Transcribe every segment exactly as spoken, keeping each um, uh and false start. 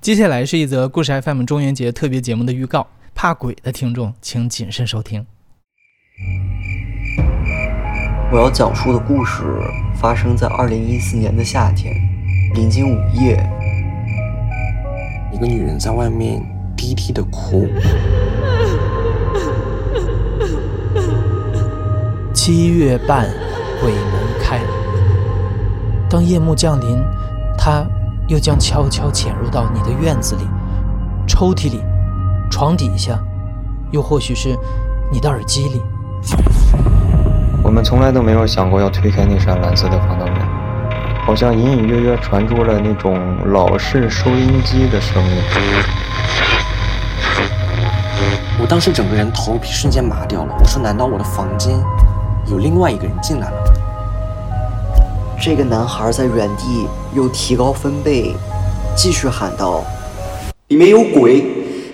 接下来是一则故事 F M 中元节特别节目的预告，怕鬼的听众请谨慎收听。 我要讲述的故事发生在二零一四年的夏天，临近午夜， 一个女人在外面低低的哭。 七月半，鬼门开。当夜幕降临，她又将悄悄潜入到你的院子里、抽屉里、床底下，又或许是你的耳机里。 我们从来都没有想过要推开那扇蓝色的防盗门，好像隐隐约约传出了那种老式收音机的声音。 我当时整个人头皮瞬间麻掉了，我说难道我的房间有另外一个人进来了吗？ 这个男孩在原地又提高分贝，继续喊道：里面有鬼。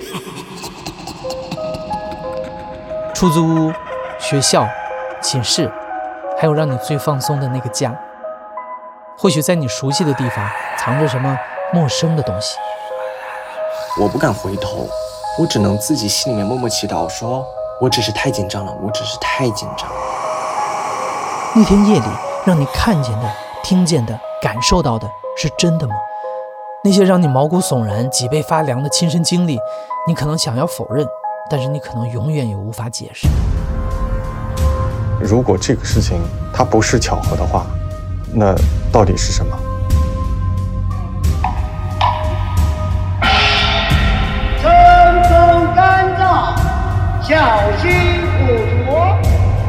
出租屋、学校、寝室，还有让你最放松的那个家，或许在你熟悉的地方藏着什么陌生的东西。 我不敢回头，我只能自己心里面默默祈祷，说我只是太紧张了，我只是太紧张。 那天夜里让你看见的、听见的、感受到的是真的吗？那些让你毛骨悚然、脊背发凉的亲身经历，你可能想要否认，但是你可能永远也无法解释。 如果这个事情它不是巧合的话，那到底是什么？ 春风干燥，小心捕捉。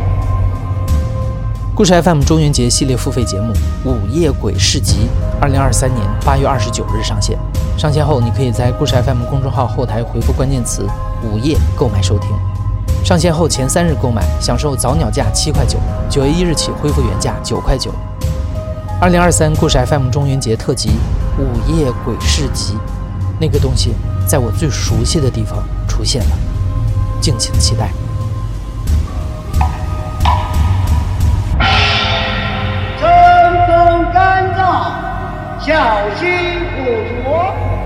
故事 F M 中元节系列付费节目《午夜鬼市集》，二零二三年八月二十九日上线。上线后，你可以在故事 F M 公众号后台回复关键词“午夜”购买收听。上线后前三日购买，享受早鸟价七块九，九月一日起恢复原价九块九。二零二三故事 F M 中元节特辑《午夜鬼市集》，那个东西在我最熟悉的地方出现了，敬请期待。 春风干燥，小心捕捉。